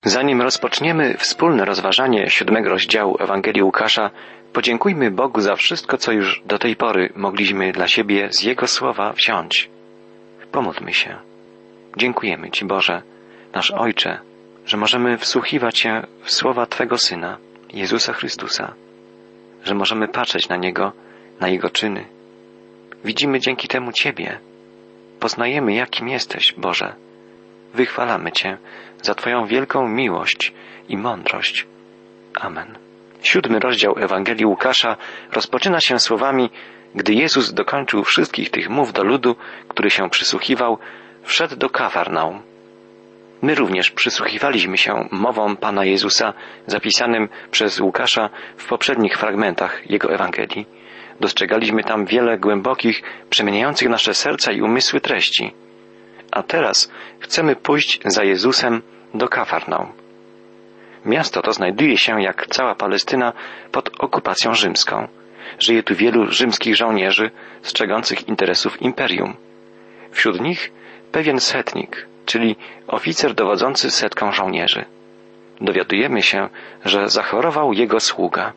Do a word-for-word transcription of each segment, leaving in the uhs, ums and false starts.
Zanim rozpoczniemy wspólne rozważanie siódmego rozdziału Ewangelii Łukasza, podziękujmy Bogu za wszystko, co już do tej pory mogliśmy dla siebie z Jego słowa wziąć. Pomódlmy się. Dziękujemy Ci, Boże, nasz Ojcze, że możemy wsłuchiwać się w słowa Twego Syna, Jezusa Chrystusa, że możemy patrzeć na Niego, na Jego czyny. Widzimy dzięki temu Ciebie. Poznajemy, jakim jesteś, Boże. Wychwalamy Cię za Twoją wielką miłość i mądrość. Amen. Siódmy rozdział Ewangelii Łukasza rozpoczyna się słowami: gdy Jezus dokończył wszystkich tych mów do ludu, który się przysłuchiwał, wszedł do Kafarnaum. My również przysłuchiwaliśmy się mowom Pana Jezusa zapisanym przez Łukasza w poprzednich fragmentach Jego Ewangelii. Dostrzegaliśmy tam wiele głębokich, przemieniających nasze serca i umysły treści. A teraz chcemy pójść za Jezusem do Kafarnaum. Miasto to znajduje się, jak cała Palestyna, pod okupacją rzymską. Żyje tu wielu rzymskich żołnierzy strzegących interesów imperium. Wśród nich pewien setnik, czyli oficer dowodzący setką żołnierzy. Dowiadujemy się, że zachorował jego sługa.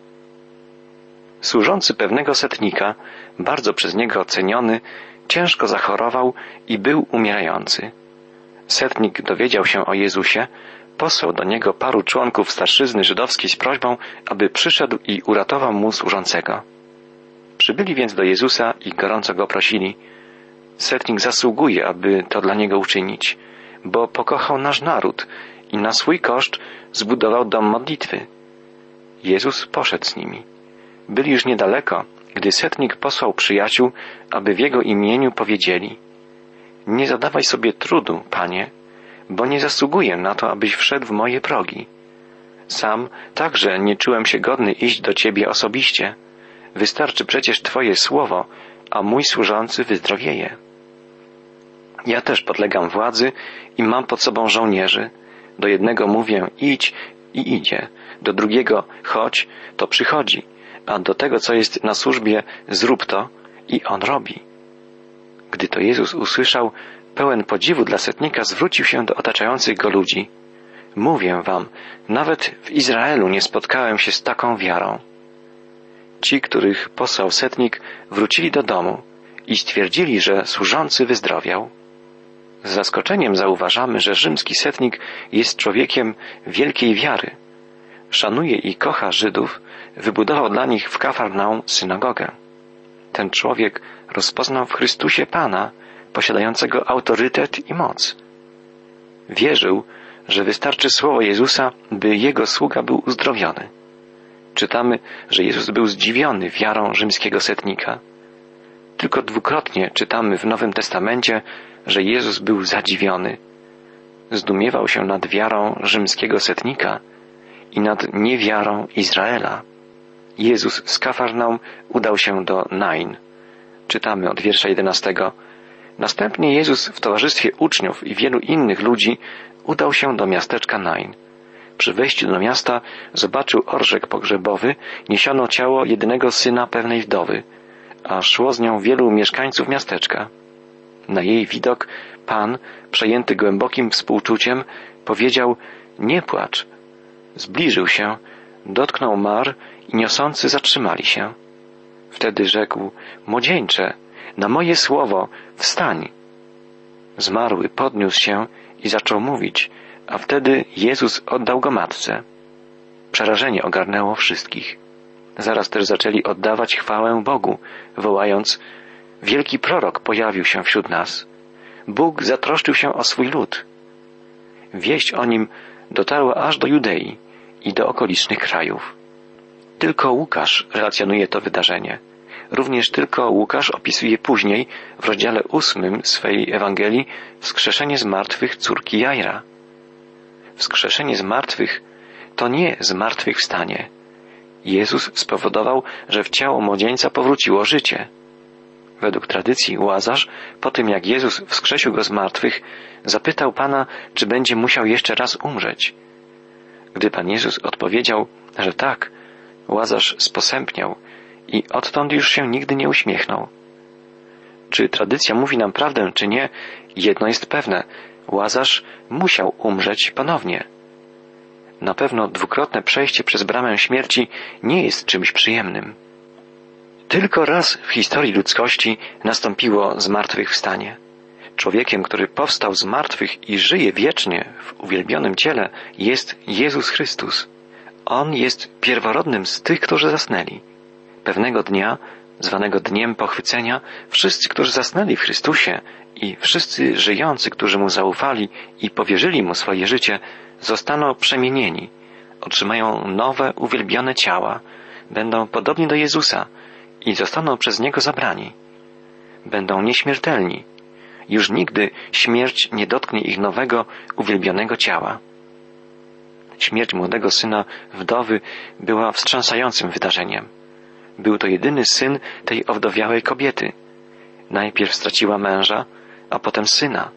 Służący pewnego setnika, bardzo przez niego ceniony, ciężko zachorował i był umierający. Setnik dowiedział się o Jezusie, posłał do niego paru członków starszyzny żydowskiej z prośbą, aby przyszedł i uratował mu służącego. Przybyli więc do Jezusa i gorąco go prosili: setnik zasługuje, aby to dla niego uczynić, bo pokochał nasz naród i na swój koszt zbudował dom modlitwy. Jezus poszedł z nimi. Byli już niedaleko, gdy setnik posłał przyjaciół, aby w jego imieniu powiedzieli: nie zadawaj sobie trudu, Panie, bo nie zasługuję na to, abyś wszedł w moje progi. Sam także nie czułem się godny iść do Ciebie osobiście. Wystarczy przecież Twoje słowo, a mój służący wyzdrowieje. Ja też podlegam władzy i mam pod sobą żołnierzy. Do jednego mówię: idź, i idzie. Do drugiego: chodź, to przychodzi. A do tego, co jest na służbie, zrób to, i on robi. Gdy to Jezus usłyszał, pełen podziwu dla setnika, zwrócił się do otaczających go ludzi: mówię wam, nawet w Izraelu nie spotkałem się z taką wiarą. Ci, których posłał setnik, wrócili do domu i stwierdzili, że służący wyzdrowiał. Z zaskoczeniem zauważamy, że rzymski setnik jest człowiekiem wielkiej wiary. Szanuje i kocha Żydów, wybudował dla nich w Kafarnaum synagogę. Ten człowiek rozpoznał w Chrystusie Pana, posiadającego autorytet i moc. Wierzył, że wystarczy słowo Jezusa, by jego sługa był uzdrowiony. Czytamy, że Jezus był zdziwiony wiarą rzymskiego setnika. Tylko dwukrotnie czytamy w Nowym Testamencie, że Jezus był zadziwiony. Zdumiewał się nad wiarą rzymskiego setnika i nad niewiarą Izraela. Jezus z Kafarnaum udał się do Nain. Czytamy od wiersza jedenastego. Następnie Jezus w towarzystwie uczniów i wielu innych ludzi udał się do miasteczka Nain. Przy wejściu do miasta zobaczył orszak pogrzebowy, niesiono ciało jedynego syna pewnej wdowy, a szło z nią wielu mieszkańców miasteczka. Na jej widok Pan, przejęty głębokim współczuciem, powiedział: nie płacz. Zbliżył się, dotknął mar i niosący zatrzymali się. Wtedy rzekł: młodzieńcze, na moje słowo wstań. Zmarły podniósł się i zaczął mówić, a wtedy Jezus oddał go matce. Przerażenie ogarnęło wszystkich. Zaraz też zaczęli oddawać chwałę Bogu, wołając: wielki prorok pojawił się wśród nas. Bóg zatroszczył się o swój lud. Wieść o nim dotarła aż do Judei i do okolicznych krajów. Tylko Łukasz relacjonuje to wydarzenie. Również tylko Łukasz opisuje później, w rozdziale ósmym swej Ewangelii, wskrzeszenie z martwych córki Jaira. Wskrzeszenie z martwych to nie zmartwychwstanie. Jezus spowodował, że w ciało młodzieńca powróciło życie. Według tradycji Łazarz, po tym jak Jezus wskrzesił go z martwych, zapytał Pana, czy będzie musiał jeszcze raz umrzeć. Gdy Pan Jezus odpowiedział, że tak, Łazarz sposępniał i odtąd już się nigdy nie uśmiechnął. Czy tradycja mówi nam prawdę, czy nie, jedno jest pewne, Łazarz musiał umrzeć ponownie. Na pewno dwukrotne przejście przez bramę śmierci nie jest czymś przyjemnym. Tylko raz w historii ludzkości nastąpiło zmartwychwstanie. Człowiekiem, który powstał z martwych i żyje wiecznie w uwielbionym ciele, jest Jezus Chrystus. On jest pierworodnym z tych, którzy zasnęli. Pewnego dnia, zwanego Dniem Pochwycenia, wszyscy, którzy zasnęli w Chrystusie i wszyscy żyjący, którzy Mu zaufali i powierzyli Mu swoje życie, zostaną przemienieni, otrzymają nowe, uwielbione ciała, będą podobni do Jezusa i zostaną przez Niego zabrani. Będą nieśmiertelni. Już nigdy śmierć nie dotknie ich nowego, uwielbionego ciała. Śmierć młodego syna wdowy była wstrząsającym wydarzeniem. Był to jedyny syn tej owdowiałej kobiety. Najpierw straciła męża, a potem syna.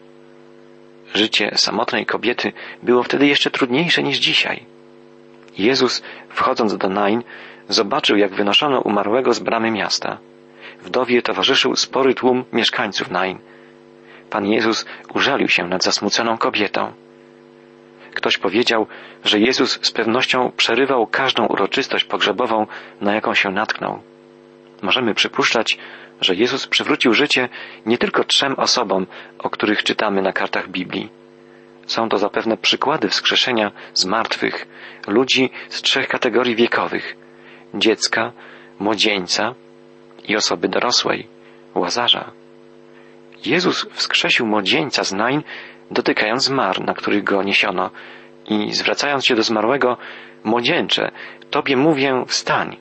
Życie samotnej kobiety było wtedy jeszcze trudniejsze niż dzisiaj. Jezus, wchodząc do Nain, zobaczył, jak wynoszono umarłego z bramy miasta. Wdowie towarzyszył spory tłum mieszkańców Nain. Pan Jezus użalił się nad zasmuconą kobietą. Ktoś powiedział, że Jezus z pewnością przerywał każdą uroczystość pogrzebową, na jaką się natknął. Możemy przypuszczać, że Jezus przywrócił życie nie tylko trzem osobom, o których czytamy na kartach Biblii. Są to zapewne przykłady wskrzeszenia z martwych ludzi z trzech kategorii wiekowych: dziecka, młodzieńca i osoby dorosłej, Łazarza. Jezus wskrzesił młodzieńca z Nain, dotykając mar, na których go niesiono, i zwracając się do zmarłego: młodzieńcze, Tobie mówię, wstań.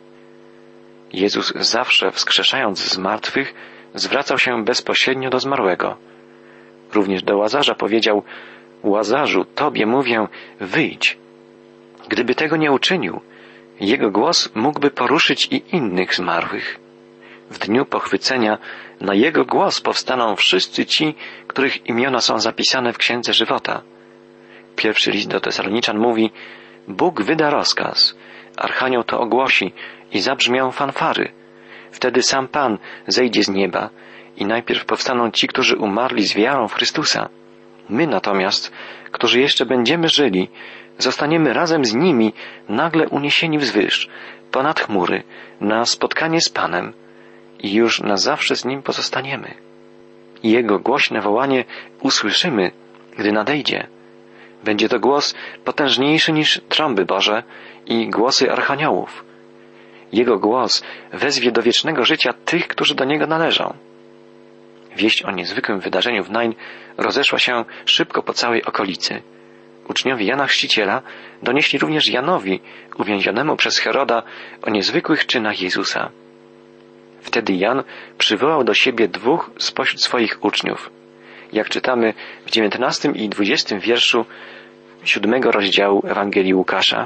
Jezus zawsze, wskrzeszając z martwych, zwracał się bezpośrednio do zmarłego. Również do Łazarza powiedział: Łazarzu, Tobie mówię, wyjdź. Gdyby tego nie uczynił, jego głos mógłby poruszyć i innych zmarłych. W dniu pochwycenia na jego głos powstaną wszyscy ci, których imiona są zapisane w Księdze Żywota. Pierwszy list do Tesaloniczan mówi: Bóg wyda rozkaz, archanioł to ogłosi i zabrzmią fanfary. Wtedy sam Pan zejdzie z nieba i najpierw powstaną ci, którzy umarli z wiarą w Chrystusa. My natomiast, którzy jeszcze będziemy żyli, zostaniemy razem z nimi nagle uniesieni wzwyż, ponad chmury, na spotkanie z Panem i już na zawsze z Nim pozostaniemy. Jego głośne wołanie usłyszymy, gdy nadejdzie. Będzie to głos potężniejszy niż trąby Boże i głosy archaniołów. Jego głos wezwie do wiecznego życia tych, którzy do Niego należą. Wieść o niezwykłym wydarzeniu w Nain rozeszła się szybko po całej okolicy. Uczniowie Jana Chrzciciela donieśli również Janowi, uwięzionemu przez Heroda, o niezwykłych czynach Jezusa. Wtedy Jan przywołał do siebie dwóch spośród swoich uczniów, jak czytamy w dziewiętnastym i dwudziestym wierszu siódmego rozdziału Ewangelii Łukasza.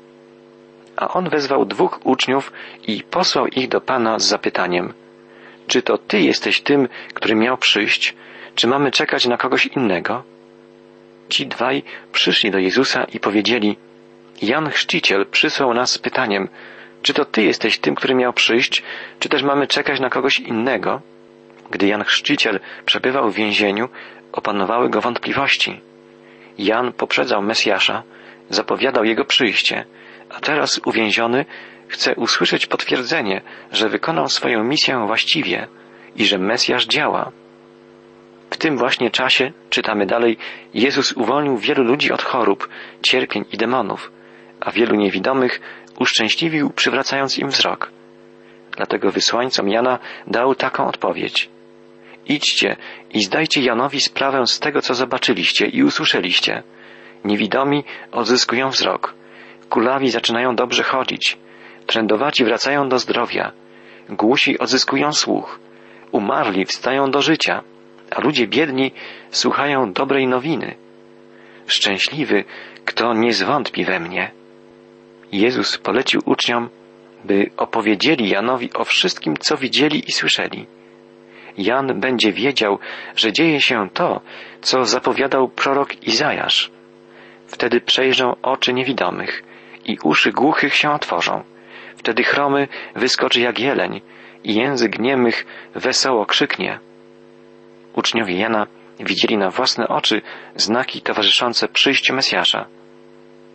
A on wezwał dwóch uczniów i posłał ich do Pana z zapytaniem: czy to Ty jesteś tym, który miał przyjść, czy mamy czekać na kogoś innego? Ci dwaj przyszli do Jezusa i powiedzieli: Jan Chrzciciel przysłał nas z pytaniem: czy to Ty jesteś tym, który miał przyjść, czy też mamy czekać na kogoś innego? Gdy Jan Chrzciciel przebywał w więzieniu, opanowały go wątpliwości. Jan poprzedzał Mesjasza, zapowiadał Jego przyjście, a teraz uwięziony chce usłyszeć potwierdzenie, że wykonał swoją misję właściwie i że Mesjasz działa. W tym właśnie czasie, czytamy dalej, Jezus uwolnił wielu ludzi od chorób, cierpień i demonów, a wielu niewidomych uszczęśliwił, przywracając im wzrok. Dlatego wysłańcom Jana dał taką odpowiedź: idźcie i zdajcie Janowi sprawę z tego, co zobaczyliście i usłyszeliście. Niewidomi odzyskują wzrok, kulawi zaczynają dobrze chodzić, trędowaci wracają do zdrowia, głusi odzyskują słuch, umarli wstają do życia, a ludzie biedni słuchają dobrej nowiny. Szczęśliwy, kto nie zwątpi we mnie. Jezus polecił uczniom, by opowiedzieli Janowi o wszystkim, co widzieli i słyszeli. Jan będzie wiedział, że dzieje się to, co zapowiadał prorok Izajasz. Wtedy przejrzą oczy niewidomych i uszy głuchych się otworzą. Wtedy chromy wyskoczy jak jeleń i język niemych wesoło krzyknie. Uczniowie Jana widzieli na własne oczy znaki towarzyszące przyjściu Mesjasza.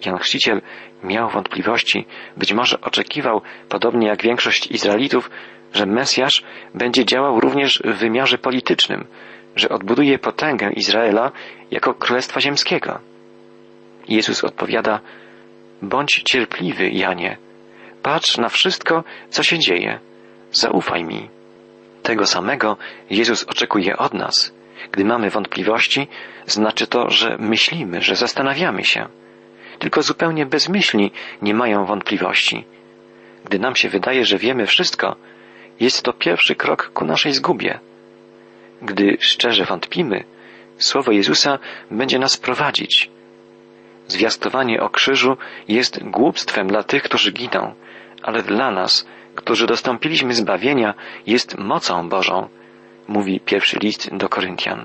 Jan Chrzciciel miał wątpliwości, być może oczekiwał, podobnie jak większość Izraelitów, że Mesjasz będzie działał również w wymiarze politycznym, że odbuduje potęgę Izraela jako Królestwa Ziemskiego. Jezus odpowiada: bądź cierpliwy, Janie, patrz na wszystko, co się dzieje, zaufaj mi. Tego samego Jezus oczekuje od nas. Gdy mamy wątpliwości, znaczy to, że myślimy, że zastanawiamy się. Tylko zupełnie bezmyślni nie mają wątpliwości. Gdy nam się wydaje, że wiemy wszystko, jest to pierwszy krok ku naszej zgubie. Gdy szczerze wątpimy, słowo Jezusa będzie nas prowadzić. Zwiastowanie o krzyżu jest głupstwem dla tych, którzy giną, ale dla nas, którzy dostąpiliśmy zbawienia, jest mocą Bożą, mówi pierwszy list do Koryntian.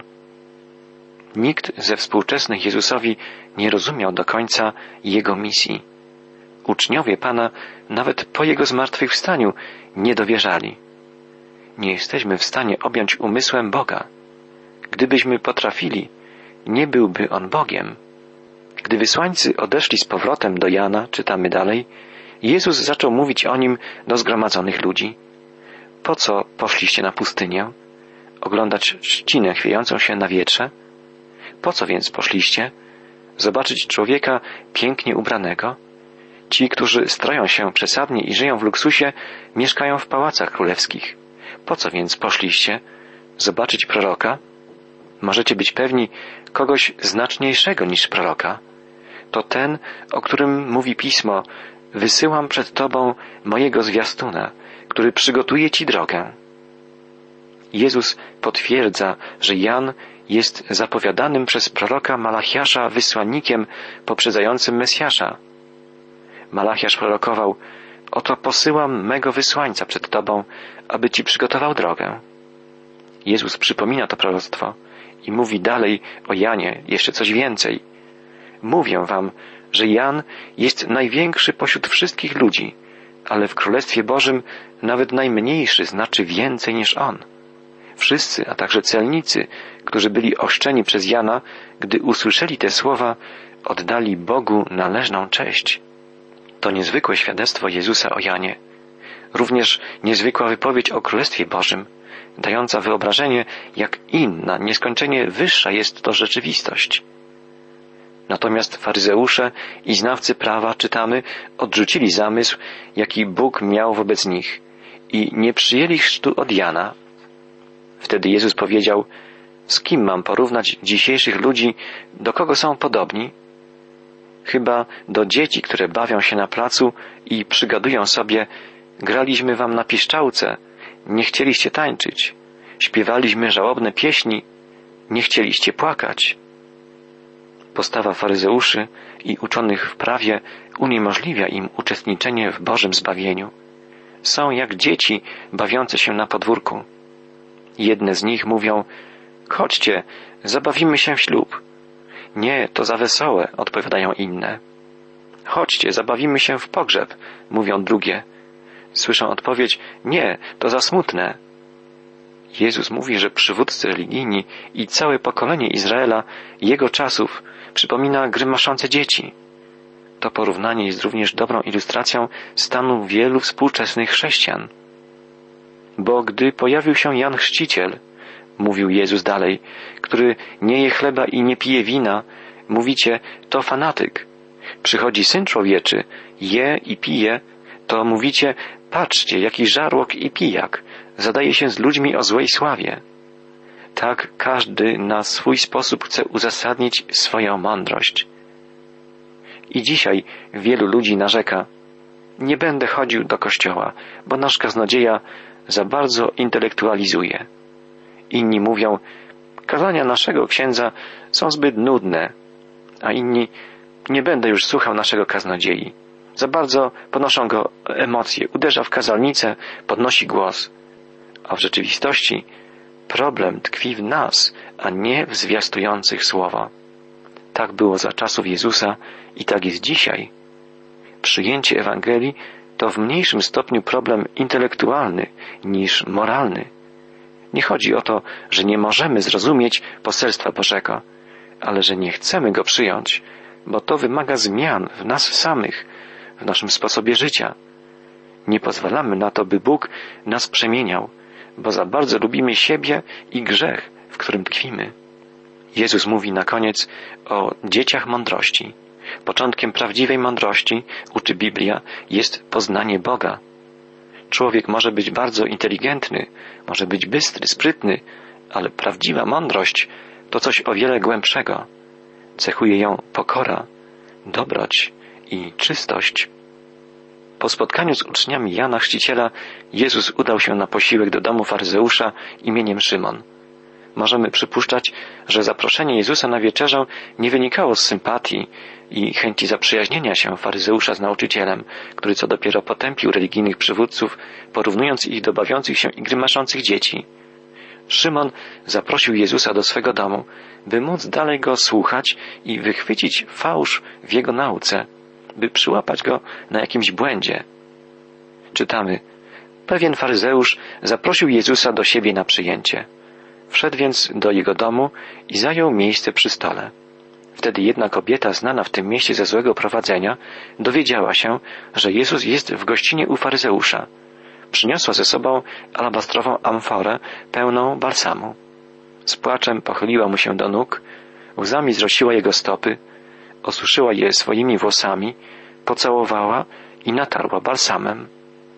Nikt ze współczesnych Jezusowi nie rozumiał do końca Jego misji. Uczniowie Pana nawet po Jego zmartwychwstaniu nie dowierzali. Nie jesteśmy w stanie objąć umysłem Boga. Gdybyśmy potrafili, nie byłby On Bogiem. Gdy wysłańcy odeszli z powrotem do Jana, czytamy dalej, Jezus zaczął mówić o Nim do zgromadzonych ludzi. Po co poszliście na pustynię? Oglądać trzcinę chwiejącą się na wietrze? Po co więc poszliście? Zobaczyć człowieka pięknie ubranego? Ci, którzy stroją się przesadnie i żyją w luksusie, mieszkają w pałacach królewskich. Po co więc poszliście? Zobaczyć proroka? Możecie być pewni kogoś znaczniejszego niż proroka. To ten, o którym mówi Pismo: wysyłam przed Tobą mojego zwiastuna, który przygotuje Ci drogę. Jezus potwierdza, że Jan jest zapowiadanym przez proroka Malachiasza wysłannikiem poprzedzającym Mesjasza. Malachiasz prorokował: oto posyłam mego wysłańca przed Tobą, aby Ci przygotował drogę. Jezus przypomina to proroctwo i mówi dalej o Janie jeszcze coś więcej. Mówię wam, że Jan jest największy pośród wszystkich ludzi, ale w Królestwie Bożym nawet najmniejszy znaczy więcej niż on. Wszyscy, a także celnicy, którzy byli ochrzczeni przez Jana, gdy usłyszeli te słowa, oddali Bogu należną cześć. To niezwykłe świadectwo Jezusa o Janie. Również niezwykła wypowiedź o Królestwie Bożym, dająca wyobrażenie, jak inna, nieskończenie wyższa jest to rzeczywistość. Natomiast faryzeusze i znawcy prawa, czytamy, odrzucili zamysł, jaki Bóg miał wobec nich i nie przyjęli chrztu od Jana. Wtedy Jezus powiedział: z kim mam porównać dzisiejszych ludzi, do kogo są podobni? Chyba do dzieci, które bawią się na placu i przygadują sobie: graliśmy wam na piszczałce, nie chcieliście tańczyć, śpiewaliśmy żałobne pieśni, nie chcieliście płakać. Postawa faryzeuszy i uczonych w prawie uniemożliwia im uczestniczenie w Bożym zbawieniu. Są jak dzieci bawiące się na podwórku. Jedne z nich mówią: chodźcie, zabawimy się w ślub. Nie, to za wesołe, odpowiadają inne. Chodźcie, zabawimy się w pogrzeb, mówią drugie. Słyszą odpowiedź: nie, to za smutne. Jezus mówi, że przywódcy religijni i całe pokolenie Izraela jego czasów przypomina grymaszące dzieci. To porównanie jest również dobrą ilustracją stanu wielu współczesnych chrześcijan. Bo gdy pojawił się Jan Chrzciciel, mówił Jezus dalej, który nie je chleba i nie pije wina, mówicie: to fanatyk. Przychodzi Syn Człowieczy, je i pije, to mówicie: patrzcie, jaki żarłok i pijak, zadaje się z ludźmi o złej sławie. Tak każdy na swój sposób chce uzasadnić swoją mądrość. I dzisiaj wielu ludzi narzeka: nie będę chodził do kościoła, bo nasz kaznodzieja za bardzo intelektualizuje. Inni mówią: kazania naszego księdza są zbyt nudne, a inni: nie będę już słuchał naszego kaznodziei. Za bardzo ponoszą go emocje, uderza w kazalnicę, podnosi głos. A w rzeczywistości problem tkwi w nas, a nie w zwiastujących słowo. Tak było za czasów Jezusa i tak jest dzisiaj. Przyjęcie Ewangelii to w mniejszym stopniu problem intelektualny niż moralny. Nie chodzi o to, że nie możemy zrozumieć poselstwa Bożego, ale że nie chcemy go przyjąć, bo to wymaga zmian w nas samych, w naszym sposobie życia. Nie pozwalamy na to, by Bóg nas przemieniał, bo za bardzo lubimy siebie i grzech, w którym tkwimy. Jezus mówi na koniec o dzieciach mądrości. Początkiem prawdziwej mądrości, uczy Biblia, jest poznanie Boga. Człowiek może być bardzo inteligentny, może być bystry, sprytny, ale prawdziwa mądrość to coś o wiele głębszego. Cechuje ją pokora, dobroć i czystość. Po spotkaniu z uczniami Jana Chrzciciela Jezus udał się na posiłek do domu faryzeusza imieniem Szymon. Możemy przypuszczać, że zaproszenie Jezusa na wieczerzę nie wynikało z sympatii i chęci zaprzyjaźnienia się faryzeusza z nauczycielem, który co dopiero potępił religijnych przywódców, porównując ich do bawiących się i grymaszących dzieci. Szymon zaprosił Jezusa do swego domu, by móc dalej go słuchać i wychwycić fałsz w jego nauce, by przyłapać go na jakimś błędzie. Czytamy: pewien faryzeusz zaprosił Jezusa do siebie na przyjęcie. Wszedł więc do jego domu i zajął miejsce przy stole. Wtedy jedna kobieta znana w tym mieście ze złego prowadzenia dowiedziała się, że Jezus jest w gościnie u faryzeusza. Przyniosła ze sobą alabastrową amforę pełną balsamu. Z płaczem pochyliła mu się do nóg, łzami zrosiła jego stopy, osuszyła je swoimi włosami, pocałowała i natarła balsamem.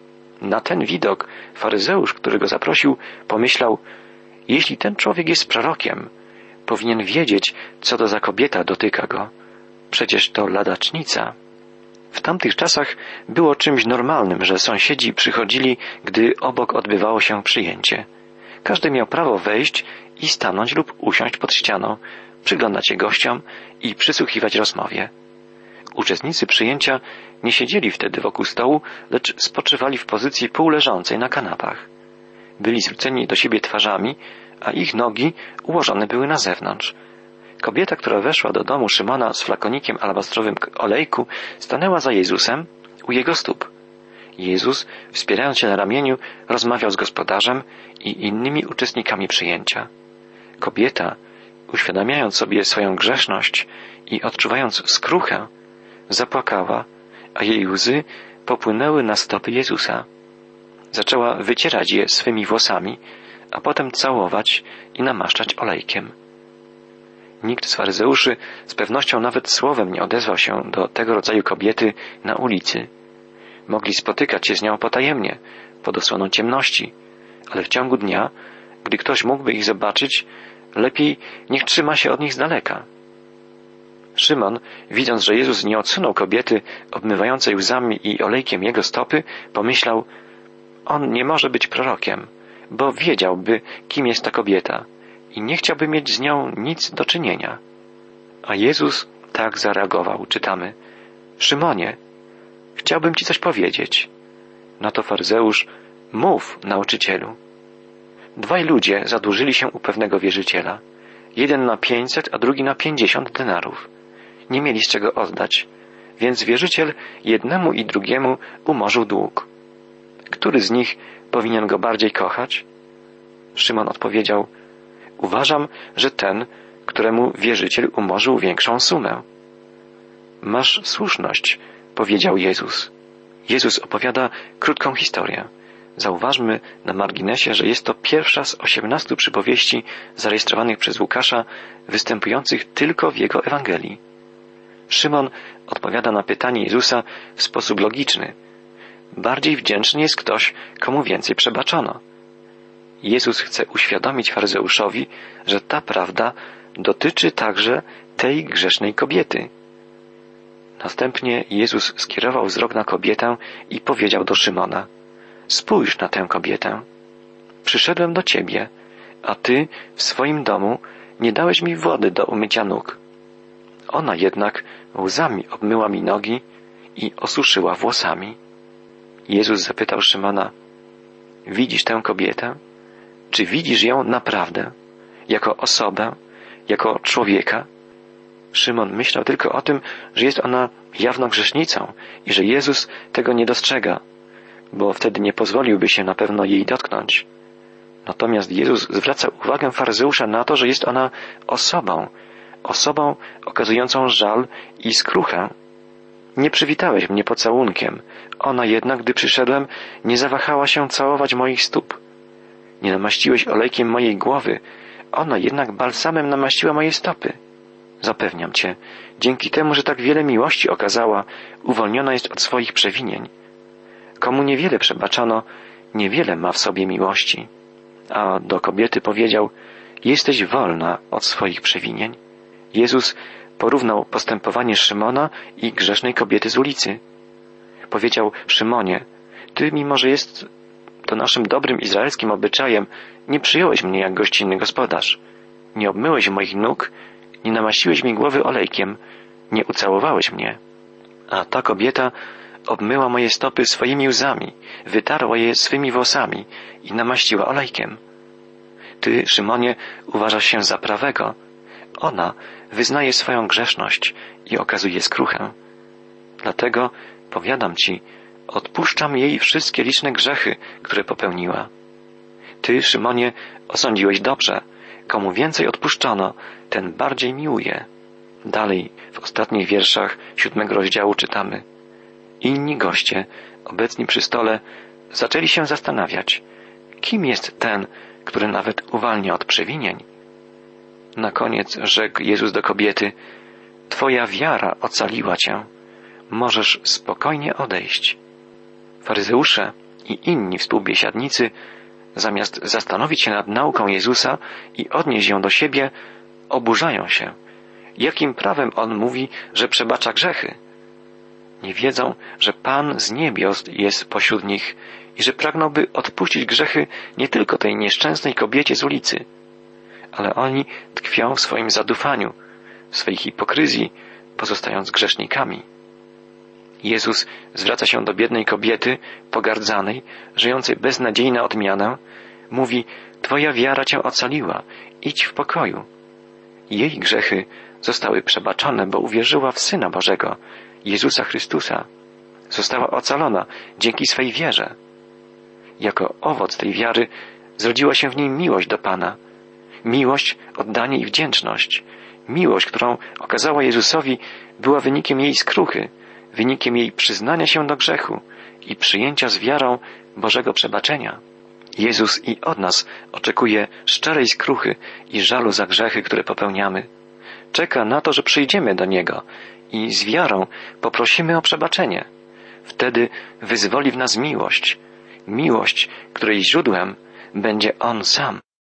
Na ten widok faryzeusz, który go zaprosił, pomyślał: jeśli ten człowiek jest prorokiem, powinien wiedzieć, co to za kobieta dotyka go. Przecież to ladacznica. W tamtych czasach było czymś normalnym, że sąsiedzi przychodzili, gdy obok odbywało się przyjęcie. Każdy miał prawo wejść i stanąć lub usiąść pod ścianą, przyglądać się gościom i przysłuchiwać rozmowie. Uczestnicy przyjęcia nie siedzieli wtedy wokół stołu, lecz spoczywali w pozycji półleżącej na kanapach. Byli zwróceni do siebie twarzami, a ich nogi ułożone były na zewnątrz. Kobieta, która weszła do domu Szymona z flakonikiem alabastrowym olejku, stanęła za Jezusem u jego stóp. Jezus, wspierając się na ramieniu, rozmawiał z gospodarzem i innymi uczestnikami przyjęcia. Kobieta, uświadamiając sobie swoją grzeszność i odczuwając skruchę, zapłakała, a jej łzy popłynęły na stopy Jezusa. Zaczęła wycierać je swymi włosami, a potem całować i namaszczać olejkiem. Nikt z faryzeuszy z pewnością nawet słowem nie odezwał się do tego rodzaju kobiety na ulicy. Mogli spotykać się z nią potajemnie, pod osłoną ciemności, ale w ciągu dnia, gdy ktoś mógłby ich zobaczyć, lepiej niech trzyma się od nich z daleka. Szymon, widząc, że Jezus nie odsunął kobiety obmywającej łzami i olejkiem jego stopy, pomyślał: on nie może być prorokiem, bo wiedziałby, kim jest ta kobieta i nie chciałby mieć z nią nic do czynienia. A Jezus tak zareagował, czytamy: Szymonie, chciałbym ci coś powiedzieć. Na to faryzeusz: mów, nauczycielu. Dwaj ludzie zadłużyli się u pewnego wierzyciela. Jeden na pięćset, a drugi na pięćdziesiąt denarów. Nie mieli z czego oddać, więc wierzyciel jednemu i drugiemu umorzył dług. Który z nich powinien go bardziej kochać? Szymon odpowiedział: uważam, że ten, któremu wierzyciel umorzył większą sumę. Masz słuszność, powiedział Jezus. Jezus opowiada krótką historię. Zauważmy na marginesie, że jest to pierwsza z osiemnastu przypowieści zarejestrowanych przez Łukasza, występujących tylko w jego Ewangelii. Szymon odpowiada na pytanie Jezusa w sposób logiczny. Bardziej wdzięczny jest ktoś, komu więcej przebaczono. Jezus chce uświadomić faryzeuszowi, że ta prawda dotyczy także tej grzesznej kobiety. Następnie Jezus skierował wzrok na kobietę i powiedział do Szymona: spójrz na tę kobietę. Przyszedłem do ciebie, a ty w swoim domu nie dałeś mi wody do umycia nóg. Ona jednak łzami obmyła mi nogi i osuszyła włosami. Jezus zapytał Szymona: widzisz tę kobietę? Czy widzisz ją naprawdę? Jako osobę? Jako człowieka? Szymon myślał tylko o tym, że jest ona jawną grzesznicą i że Jezus tego nie dostrzega, bo wtedy nie pozwoliłby się na pewno jej dotknąć. Natomiast Jezus zwraca uwagę faryzeusza na to, że jest ona osobą, osobą okazującą żal i skruchę. Nie przywitałeś mnie pocałunkiem. Ona jednak, gdy przyszedłem, nie zawahała się całować moich stóp. Nie namaściłeś olejkiem mojej głowy. Ona jednak balsamem namaściła moje stopy. Zapewniam cię, dzięki temu, że tak wiele miłości okazała, uwolniona jest od swoich przewinień. Komu niewiele przebaczano, niewiele ma w sobie miłości. A do kobiety powiedział, jesteś wolna od swoich przewinień. Jezus porównał postępowanie Szymona i grzesznej kobiety z ulicy. Powiedział, Szymonie, ty, mimo że jest to naszym dobrym izraelskim obyczajem, nie przyjąłeś mnie jak gościnny gospodarz. Nie obmyłeś moich nóg, nie namaściłeś mi głowy olejkiem, nie ucałowałeś mnie. A ta kobieta obmyła moje stopy swoimi łzami, wytarła je swymi włosami i namaściła olejkiem. Ty, Szymonie, uważasz się za prawego. Ona wyznaje swoją grzeszność i okazuje skruchę. Dlatego, powiadam ci, odpuszczam jej wszystkie liczne grzechy, które popełniła. Ty, Szymonie, osądziłeś dobrze. Komu więcej odpuszczono, ten bardziej miłuje. Dalej, w ostatnich wierszach siódmego rozdziału czytamy. Inni goście, obecni przy stole, zaczęli się zastanawiać, kim jest ten, który nawet uwalnia od przewinień. Na koniec rzekł Jezus do kobiety, Twoja wiara ocaliła cię. Możesz spokojnie odejść. Faryzeusze i inni współbiesiadnicy, zamiast zastanowić się nad nauką Jezusa i odnieść ją do siebie, oburzają się. Jakim prawem On mówi, że przebacza grzechy? Nie wiedzą, że Pan z niebios jest pośród nich i że pragnąłby odpuścić grzechy nie tylko tej nieszczęsnej kobiecie z ulicy, ale oni tkwią w swoim zadufaniu, w swej hipokryzji, pozostając grzesznikami. Jezus zwraca się do biednej kobiety, pogardzanej, żyjącej bez nadziei na odmianę, mówi, Twoja wiara cię ocaliła, idź w pokoju. Jej grzechy zostały przebaczone, bo uwierzyła w Syna Bożego, Jezusa Chrystusa. Została ocalona dzięki swej wierze. Jako owoc tej wiary zrodziła się w niej miłość do Pana. Miłość, oddanie i wdzięczność. Miłość, którą okazała Jezusowi, była wynikiem jej skruchy, wynikiem jej przyznania się do grzechu i przyjęcia z wiarą Bożego przebaczenia. Jezus i od nas oczekuje szczerej skruchy i żalu za grzechy, które popełniamy. Czeka na to, że przyjdziemy do Niego i z wiarą poprosimy o przebaczenie. Wtedy wyzwoli w nas miłość. Miłość, której źródłem będzie On sam.